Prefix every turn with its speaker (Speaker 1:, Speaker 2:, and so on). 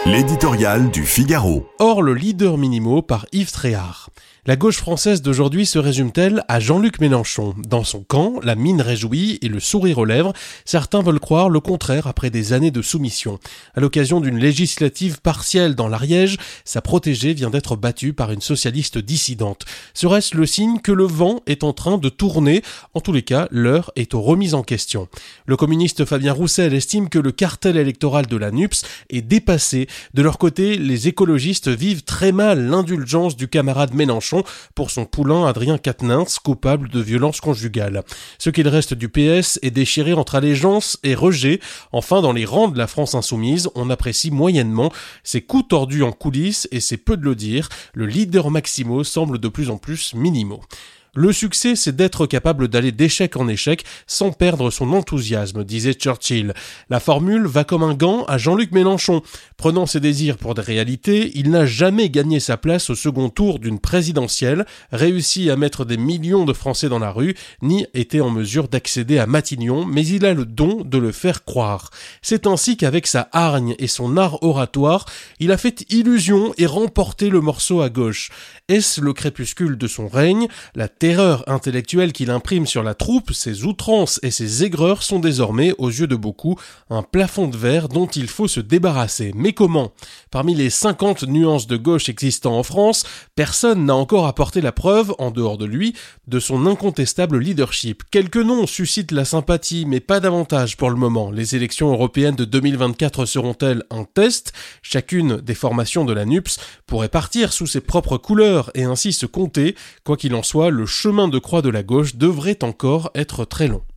Speaker 1: L'éditorial du Figaro.
Speaker 2: Or, le leader minimo par Yves Tréhard. La gauche française d'aujourd'hui se résume-t-elle à Jean-Luc Mélenchon? Dans son camp, la mine réjouie et le sourire aux lèvres, certains veulent croire le contraire après des années de soumission. À l'occasion d'une législative partielle dans l'Ariège, sa protégée vient d'être battue par une socialiste dissidente. Serait-ce le signe que le vent est en train de tourner? En tous les cas, l'heure est aux remises en question. Le communiste Fabien Roussel estime que le cartel électoral de la NUPES est dépassé. De leur côté, les écologistes vivent très mal l'indulgence du camarade Mélenchon pour son poulain Adrien Quatennens, coupable de violences conjugales. Ce qu'il reste du PS est déchiré entre allégeance et rejet. Enfin, dans les rangs de la France insoumise, on apprécie moyennement ses coups tordus en coulisses et c'est peu de le dire, le leader Maximo semble de plus en plus minimo. Le succès, c'est d'être capable d'aller d'échec en échec sans perdre son enthousiasme, disait Churchill. La formule va comme un gant à Jean-Luc Mélenchon. Prenant ses désirs pour des réalités, il n'a jamais gagné sa place au second tour d'une présidentielle, réussi à mettre des millions de Français dans la rue, ni été en mesure d'accéder à Matignon, mais il a le don de le faire croire. C'est ainsi qu'avec sa hargne et son art oratoire, il a fait illusion et remporté le morceau à gauche. Est-ce le crépuscule de son règne? La terreur intellectuelle qu'il imprime sur la troupe, ses outrances et ses aigreurs sont désormais, aux yeux de beaucoup, un plafond de verre dont il faut se débarrasser. Mais comment? Parmi les 50 nuances de gauche existant en France, personne n'a encore apporté la preuve, en dehors de lui, de son incontestable leadership. Quelques noms suscitent la sympathie, mais pas davantage pour le moment. Les élections européennes de 2024 seront-elles un test? Chacune des formations de la NUPES pourrait partir sous ses propres couleurs et ainsi se compter. Quoi qu'il en soit, le chemin de croix de la gauche devrait encore être très long.